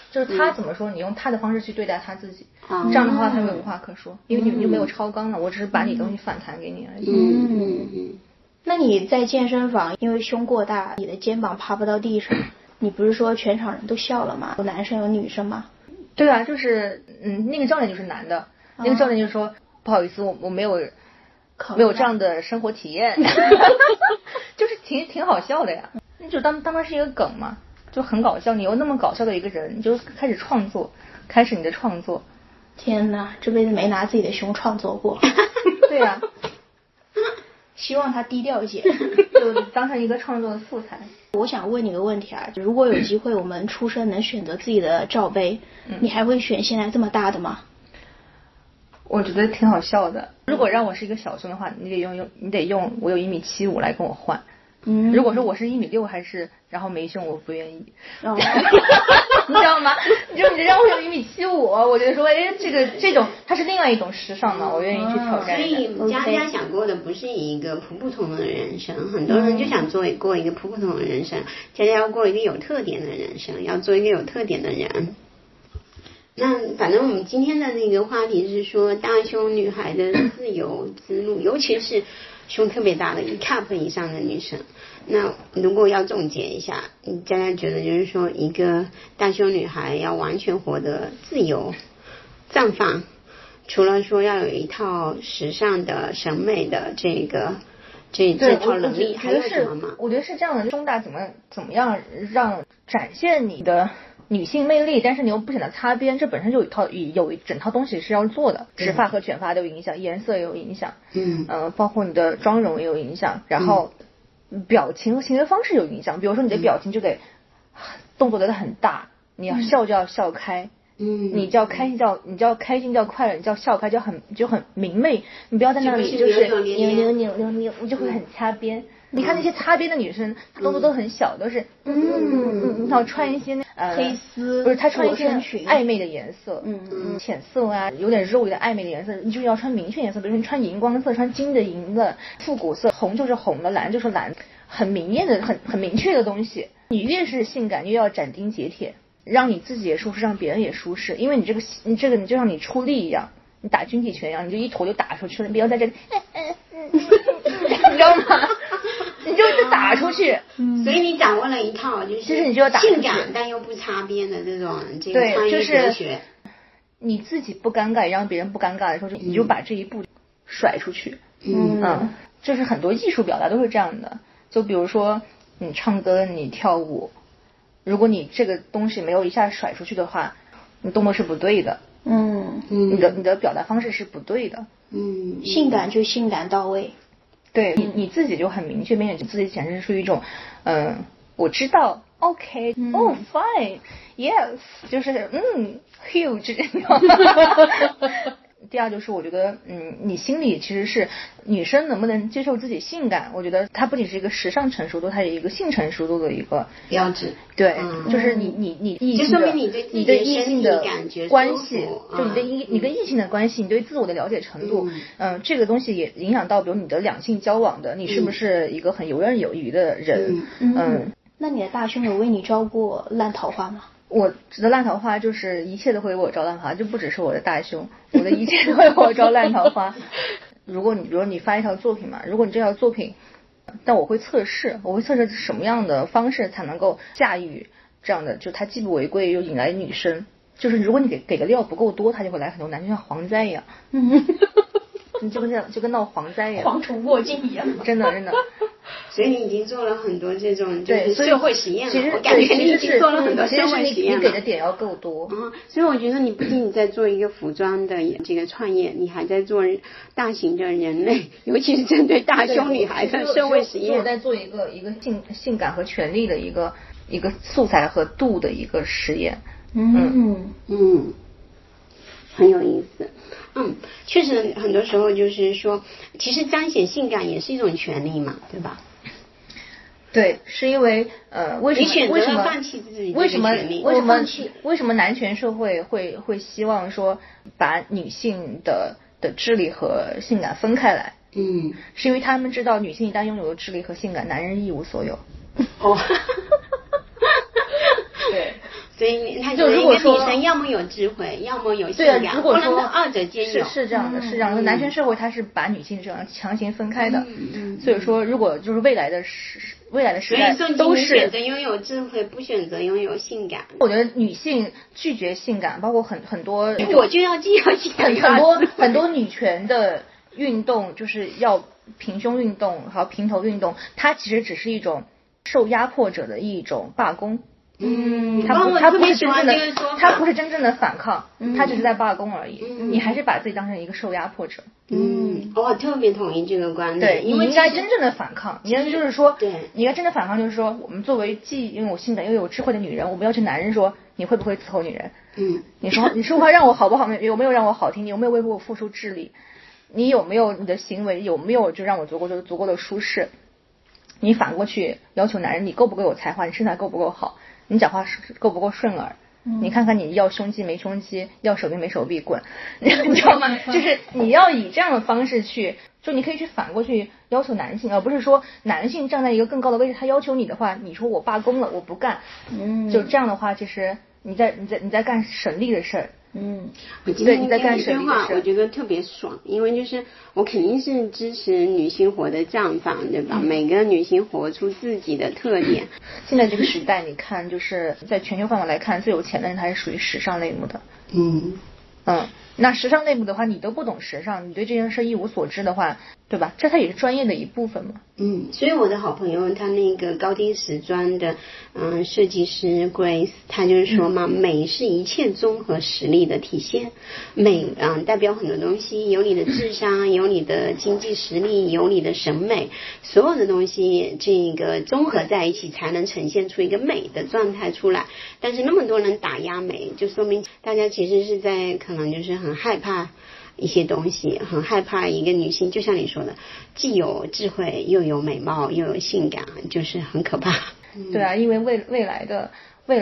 就是他怎么说，你用他的方式去对待他自己，这样的话他就无话可说，因为你就没有超纲了，我只是把你东西反弹给你而已。
那你在健身房，因为胸过大，你的肩膀爬不到地上，你不是说全场人都笑了吗？有男生有女生吗？
对啊，就是那个教练就是男的，那个教练就说不好意思，我没有这样的生活体验，就是挺好笑的呀。那就当它是一个梗嘛，就很搞笑。你又那么搞笑的一个人，你就开始你的创作。
天哪，这辈子没拿自己的胸创作过。
对呀。
希望他低调一些，
就当成一个创作的素材。
我想问你个问题啊，如果有机会我们出生能选择自己的罩杯，你还会选现在这么大的吗？
我觉得挺好笑的。如果让我是一个小胸的话，你得用我有1.75米来跟我换。如果说我是1.6米还是然后没胸，我不愿意。你知道吗？你让我有1.75米，我就说这种它是另外一种时尚嘛，我愿意去挑战。
所以佳佳想过的不是一个普通的人生，很多人就想过一个普通的人生，佳佳要过一个有特点的人生，要做一个有特点的人。那反正我们今天的那个话题是说大胸女孩的自由之路，尤其是胸特别大的1 cup 以上的女生。那如果要总结一下，佳佳觉得就是说一个大胸女孩要完全活得自由绽放，除了说要有一套时尚的审美的这套能力，还有什么吗？
我觉得是这样的，胸大怎么样让展现你的女性魅力，但是你又不显得擦边，这本身就有一整套东西是要做的。直发和卷发都有影响，颜色也有影响，包括你的妆容也有影响，然后表情和行为方式有影响。比如说你的表情就得动作得很大，你要笑就要笑开，你叫开心叫快乐，你叫笑开就很明媚，你不要在那里就是扭，你就会很擦边。你看那些擦边的女生，她动作都很小，都是然后穿一些
黑丝，
不是她穿一些暧昧的颜色，浅色啊，有点肉的暧昧的颜色，你就要穿明确颜色，比如说你穿荧光色，穿金的银的，复古色，红就是红的，蓝就是蓝，很明艳的很明确的东西。你越是性感，越要斩钉截铁，让你自己也舒适，让别人也舒适，因为你这个你就像你出力一样，你打军体拳一样，你就一头就打出去了，不要在这里你知道吗？你就打出去，
所以你掌握了一套就是
你就要打出去
性感但又不擦边的这个穿衣哲学。
你自己不尴尬，也让别人不尴尬的时候，你就把这一步甩出去。就是很多艺术表达都是这样的。就比如说你唱歌，你跳舞，如果你这个东西没有一下甩出去的话，你动作是不对的。你的表达方式是不对的。
性感就性感到位。
对，你自己就很明确，并且自己显示出一种我知道 OK oh fine yes 就是huge 第二就是我觉得你心里其实是女生能不能接受自己性感，我觉得它不仅是一个时尚成熟度，它也一个性成熟度的一个
标志。
对，就是你异性的你对异性的关系，就你跟异性的关系，你对自我的了解程度，这个东西也影响到比如你的两性交往的，你是不是一个很游刃有余的人。
那你的大胸有为你招过烂桃花吗？
我指的烂桃花就是一切都会为我招烂桃花，就不只是我的大胸，我的一切都会为我招烂桃花。比如你发一条作品嘛，如果你这条作品，但我会测试什么样的方式才能够驾驭这样的，就它既不违规又引来女生。就是如果你给的料不够多，它就会来很多男生，像蝗灾一样。你就跟闹蝗灾一样，
蝗虫过境一样，
真的。
所以你已经做了很多这种就是社会实验了。
其实
我感觉你已经做了很多社会实验了。
你给的点要够多。
所以我觉得你不仅在做一个服装的这个创业，你还在做大型的人类，尤其是针对大胸女孩的社会实验。
我在做一个性感和权利的一个素材和度的一个实验。
很有意思。确实很多时候就是说，其实彰显性感也是一种权利嘛，对吧？
对，是因为为什么
放弃自己这个权利？
为什么男权社会会希望说把女性的智力和性感分开来？是因为他们知道女性一旦拥有了智力和性感，男人一无所有。
对。所以他
就如果
女生要么有智慧，要么有性感，
对，如果说
二者兼有，
是这样的，是这样的。男权社会它是把女性这样强行分开的，所以说如果就是未来的时代都是
选择拥有智慧，不选择拥有性感。
我觉得女性拒绝性感，包括很多，
我就要既要性感，
很多女权的运动，就是要平胸运动，还有平头运动，它其实只是一种受压迫者的一种罢工。它不是真正的反抗，它只是在罢工而已。你还是把自己当成一个受压迫者。
我特别同意这个观
对，
点，
你应该真正的反抗。你应该就是说，
对，
你应该真的反抗，就是说，我们作为既拥有性感又有智慧的女人，我们要求男人说，你会不会伺候女人？你说话让我好不好？有没有让我好听？你有没有为我付出智力？你有没有你的行为有没有就让我足够的舒适？你反过去要求男人，你够不够有才华？你身材够不够好？你讲话够不够顺耳？你看看你要胸肌没胸肌，要手臂没手臂，滚！你知道吗？就是你要以这样的方式去，就你可以去反过去要求男性，而不是说男性站在一个更高的位置，他要求你的话，你说我罢工了，我不干，就这样的话，其实你在干省力的事儿。
我今天听这句话，我觉得特别爽，因为就是我肯定是支持女性活得绽放，对吧？每个女性活出自己的特点。
现在这个时代，你看，就是在全球范围来看，最有钱的人他是属于时尚类目的。那时尚类目的话，你都不懂时尚，你对这件事一无所知的话，对吧？这它也是专业的一部分嘛。
所以我的好朋友他那个高定时装的设计师 Grace， 他就是说嘛，美是一切综合实力的体现。美代表很多东西，有你的智商，有你的经济实力，有你的审美，所有的东西这个综合在一起，才能呈现出一个美的状态出来。但是那么多人打压美，就说明大家其实是在可能就是很害怕一些东西，很害怕一个女性，就像你说的，既有智慧又有美貌又有性感，就是很可怕。
对啊，因为未来的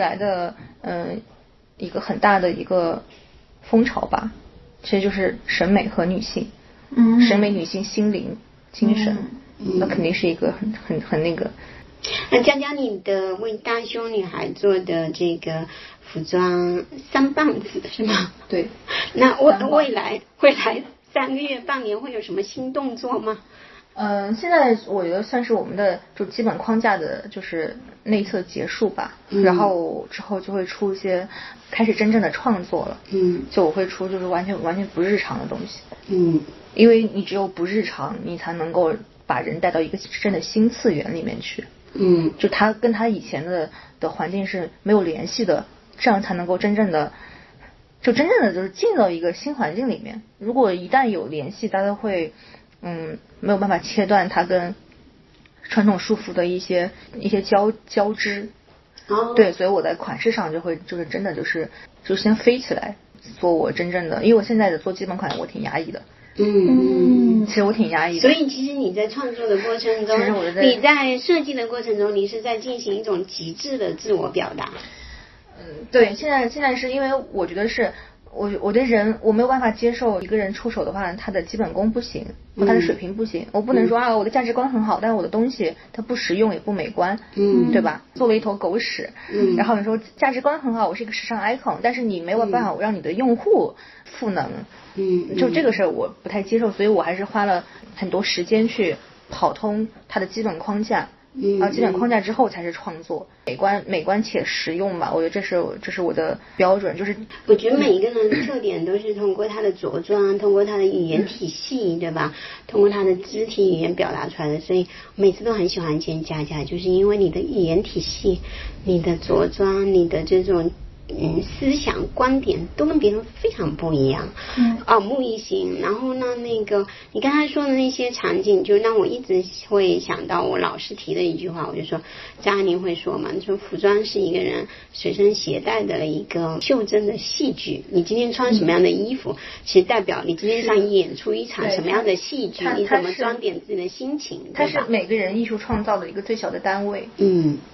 一个很大的一个风潮吧，其实就是审美和女性，审美女性心灵精神，那肯定是一个很那个。
那讲讲你的为大胸女孩做的这个服装3棒子是吗？
对。
那未来3个月半年会有什么新动作吗？
现在我觉得算是我们的就基本框架的就是内测结束吧，然后之后就会出一些开始真正的创作了。就我会出就是完全不日常的东西。因为你只有不日常，你才能够把人带到一个真的新次元里面去。就他跟他以前的环境是没有联系的，这样才能够真正的就是进到一个新环境里面。如果一旦有联系，大家会没有办法切断它跟传统束缚的一些交织。对，所以我在款式上就是真的就先飞起来做我真正的，因为我现在的做基本款我挺压抑的。其实我挺压抑的。
所以其实你在创作的过程中，你在设计的过程中，你是在进行一种极致的自我表达。
对，现在是因为我觉得是我对人我没有办法接受一个人出手的话，他的基本功不行，他的水平不行。我不能说我的价值观很好，但是我的东西它不实用也不美观，对吧？作为一头狗屎，然后你说价值观很好，我是一个时尚 icon， 但是你没有办法让你的用户赋能，就这个事儿我不太接受，所以我还是花了很多时间去跑通它的基本框架。基本框架之后才是创作，美观且实用吧。我觉得这是我的标准，就是
我觉得每一个人的特点都是通过他的着装，通过他的语言体系，对吧？通过他的肢体语言表达出来的。所以每次都很喜欢见佳佳，就是因为你的语言体系、你的着装、你的这种思想观点都跟别人非常不一样，耳目一新。然后呢，那个你刚才说的那些场景，就让我一直会想到我老师提的一句话，我就说张爱玲会说嘛，你说服装是一个人随身携带的一个袖珍的戏剧，你今天穿什么样的衣服，其实代表你今天想演出一场什么样的戏剧，你怎么装点自己的心情，
它是每个人艺术创造的一个最小的单位。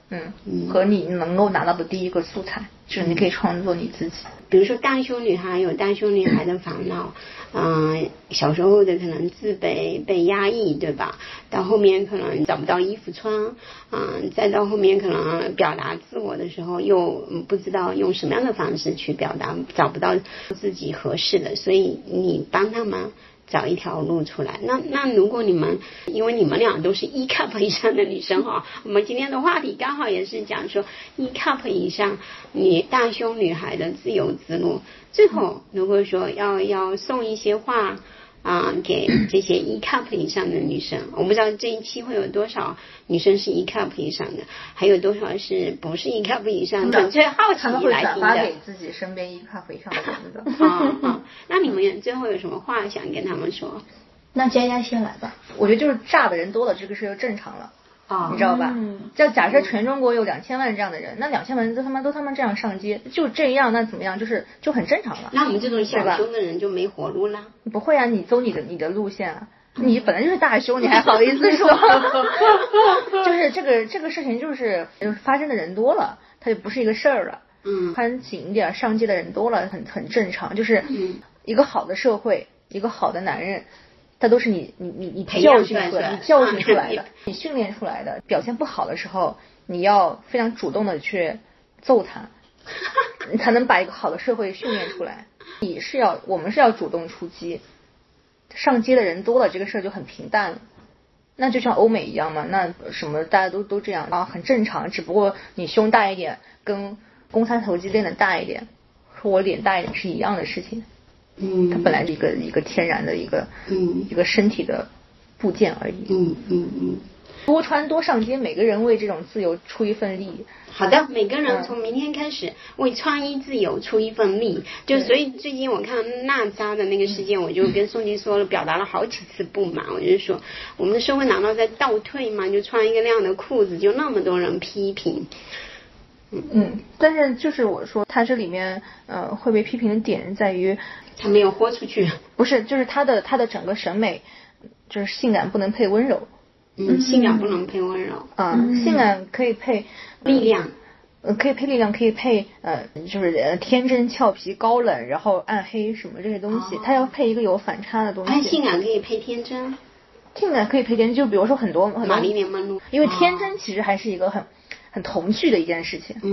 和你能够拿到的第一个素材，就是你可以创作你自己。
比如说大胸女孩有大胸女孩的烦恼，小时候的可能自卑被压抑，对吧？到后面可能找不到衣服穿，再到后面可能表达自我的时候又不知道用什么样的方式去表达，找不到自己合适的，所以你帮他们找一条路出来。那如果你们，因为你们俩都是E cup 以上的女生哈，我们今天的话题刚好也是讲说E cup 以上大胸女孩的自由之路。最后如果说要送一些话给这些E cup 以上的女生，我不知道这一期会有多少女生是E cup 以上的，还有多少是不是E cup 以上的，最好奇
他们会
来听
转发给
的。
自己身边E cup以上的人的。
那你们最后有什么话想跟他们说？
那佳佳先来吧。
我觉得就是炸的人多了，这个事就正常了。你知道吧？就假设全中国有2000万这样的人，那2000万都他妈这样上街，就这样，那怎么样？就很正常了。
那我们这种小胸的人就没活路啦？
不会啊，你走你的路线啊。你本来就是大胸，你还好意思说？就是这个事情就是发生的人多了，它就不是一个事儿了。穿紧一点上街的人多了，很正常。就是一个好的社会，一个好的男人。它都是你教训出来，你教训出来的，你训练出来的。表现不好的时候，你要非常主动的去揍他，你才能把一个好的社会训练出来。我们是要主动出击，上街的人多了，这个事儿就很平淡了。那就像欧美一样嘛，那什么大家都这样很正常。只不过你胸大一点，跟肱三头肌练的大一点，和我脸大一点是一样的事情。它本来是一个天然的一个身体的部件而已。多穿多上街，每个人为这种自由出一份力。
好的，每个人从明天开始为穿衣自由出一份力。所以最近我看娜扎的那个事件，我就跟宋晶说了，表达了好几次不满。我就说，我们的社会难道在倒退吗？就穿一个那样的裤子，就那么多人批评。
但是就是我说，它这里面会被批评的点在于，
他没有豁出去。
不是，就是他的整个审美，就是性感不能配温柔。
性感不能配温柔。
性感可以配
力量。
可以配力量，可以配就是天真俏皮高冷，然后暗黑什么这些东西，它要配一个有反差的东西。
性感可以配天真。
性感可以配天真，就比如说很多
玛丽莲梦露，
因为天真其实还是一个很童趣的一件事情。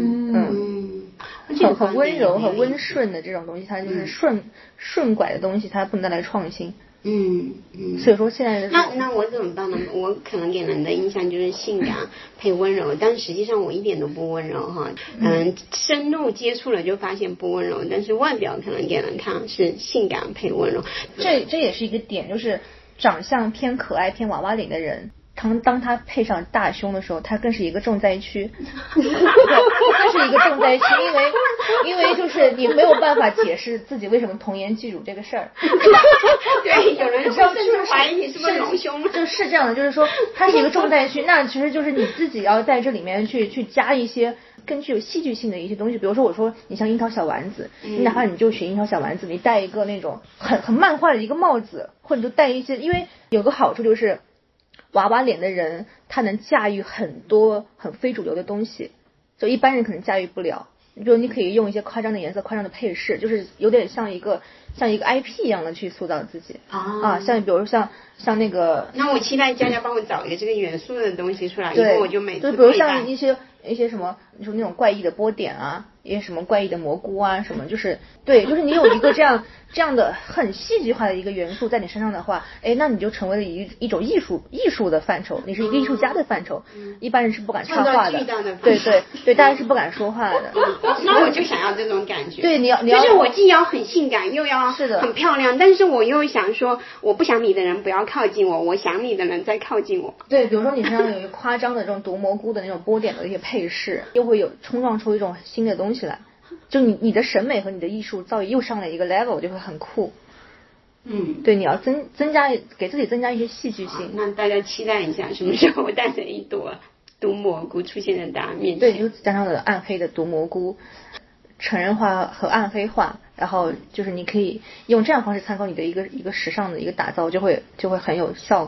很温柔和温顺的这种东西，它就是顺拐的东西，它不能带来创新。所以说现在
那我怎么办呢？我可能给人的印象就是性感配温柔，但实际上我一点都不温柔哈。深入接触了就发现不温柔，但是外表可能给人看是性感配温柔。
这也是一个点，就是长相偏可爱偏娃娃脸的人，当他配上大胸的时候，他更是一个重灾区。对，他是一个重灾区，因为就是你没有办法解释自己为什么童颜巨乳这个事儿。
对，有人甚至怀疑你是不是隆胸。
就是这样的，就是说它是一个重灾区，那其实就是你自己要在这里面去加一些更具有戏剧性的一些东西。比如说我说你像樱桃小丸子，你哪怕你就学樱桃小丸子，你戴一个那种很漫画的一个帽子，或者就戴一些，因为有个好处就是娃娃脸的人他能驾驭很多很非主流的东西，就一般人可能驾驭不了。比如你可以用一些夸张的颜色、夸张的配饰，就是有点像一个 IP 一样的去塑造自己像比如像那个。
那我期待佳佳帮我找一个这个元素的东西出来，以后我就每次
就比如像一些什么，就那种怪异的波点一些什么怪异的蘑菇什么，就是就是你有一个这样的很戏剧化的一个元素在你身上的话，那你就成为了一种艺术的范畴，你是一个艺术家的范畴。一般人是不敢插话的，对，大家是不敢说话的。
那我就想要这种感觉。
对，你要
就是我既要很性感，又要很漂亮，但是我又想说，我不想你的人不要靠近我，我想你的人再靠近我。
对，比如说你身上有一个夸张的这种毒蘑菇的那种波点的一些配饰，又会有冲撞出一种新的东西来，就你的审美和你的艺术造诣又上了一个 level， 就会很酷。对，你要增加给自己增加一些戏剧性。
那大家期待一下，什么时候我带着一朵毒蘑菇出现在大家面前？
对，就加上了暗黑的毒蘑菇，成人化和暗黑化，然后就是你可以用这样方式参考你的一个时尚的一个打造，就会很有效果。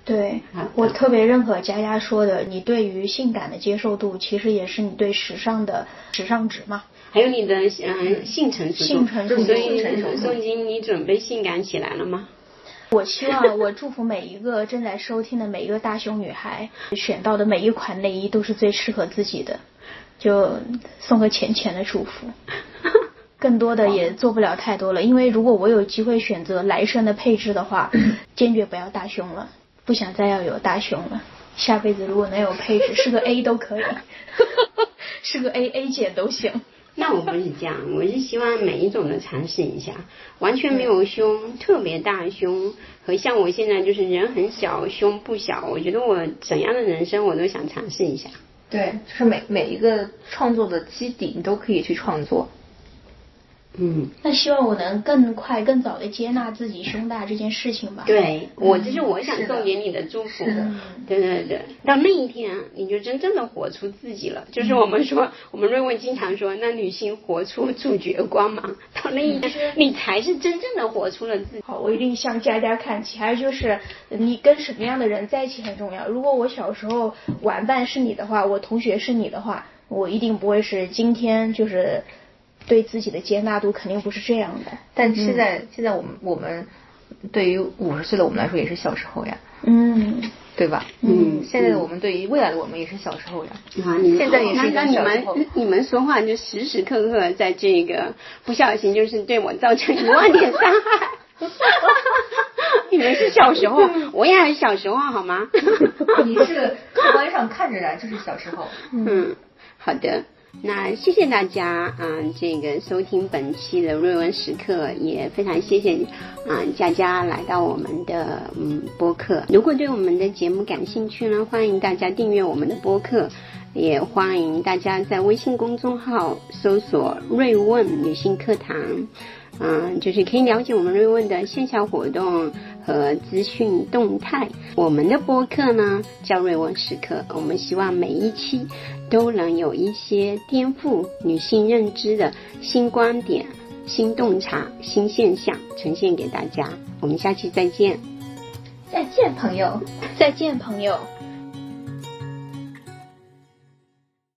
对，我特别认可佳佳说的，你对于性感的接受度，其实也是你对时尚的时尚值嘛。
还有你的性成熟度，
性成熟度。
所以宋晶，你准备性感起来了吗？
我希望，我祝福每一个正在收听的每一个大胸女孩，选到的每一款内衣都是最适合自己的，就送个浅浅的祝福。更多的也做不了太多了，因为如果我有机会选择来生的配置的话，坚决不要大胸了，不想再要有大胸了。下辈子如果能有配置，是个 A 都可以，是个 A 减都行。
那我不是这样，我是希望每一种都尝试一下，完全没有胸，特别大胸，和像我现在就是人很小，胸不小，我觉得我怎样的人生我都想尝试一下。
对，就是每一个创作的基底你都可以去创作。
那希望我能更快更早的接纳自己胸大这件事情吧。
对，这是我想送给你的祝福。对，到那一天你就真正的活出自己了。就是我们瑞文经常说，那女性活出主角光芒，到那一天你才是真正的活出了自己。
好，我一定向佳佳看齐。还有就是你跟什么样的人在一起很重要。如果我小时候玩伴是你的话，我同学是你的话，我一定不会是今天就是对自己的接纳度肯定不是这样的。
但现在我们对于50岁的我们来说也是小时候呀，对吧？现在的我们对于未来的我们也是小时候呀。现在也是一个小时候。
你们说话就时时刻刻在这个不小心就是对我造成10000点伤害。你们是小时候，我也是小时候好吗？
你是客观上看着来就是小时候。
好的。那谢谢大家这个收听本期的瑞文时刻，也非常谢谢佳佳来到我们的播客。如果对我们的节目感兴趣呢，欢迎大家订阅我们的播客，也欢迎大家在微信公众号搜索瑞问女性课堂，就是可以了解我们瑞问的线下活动和资讯动态。我们的播客呢叫瑞问时刻，我们希望每一期都能有一些颠覆女性认知的新观点、新洞察、新现象呈现给大家。我们下期再见。
再见朋友。
再见朋友。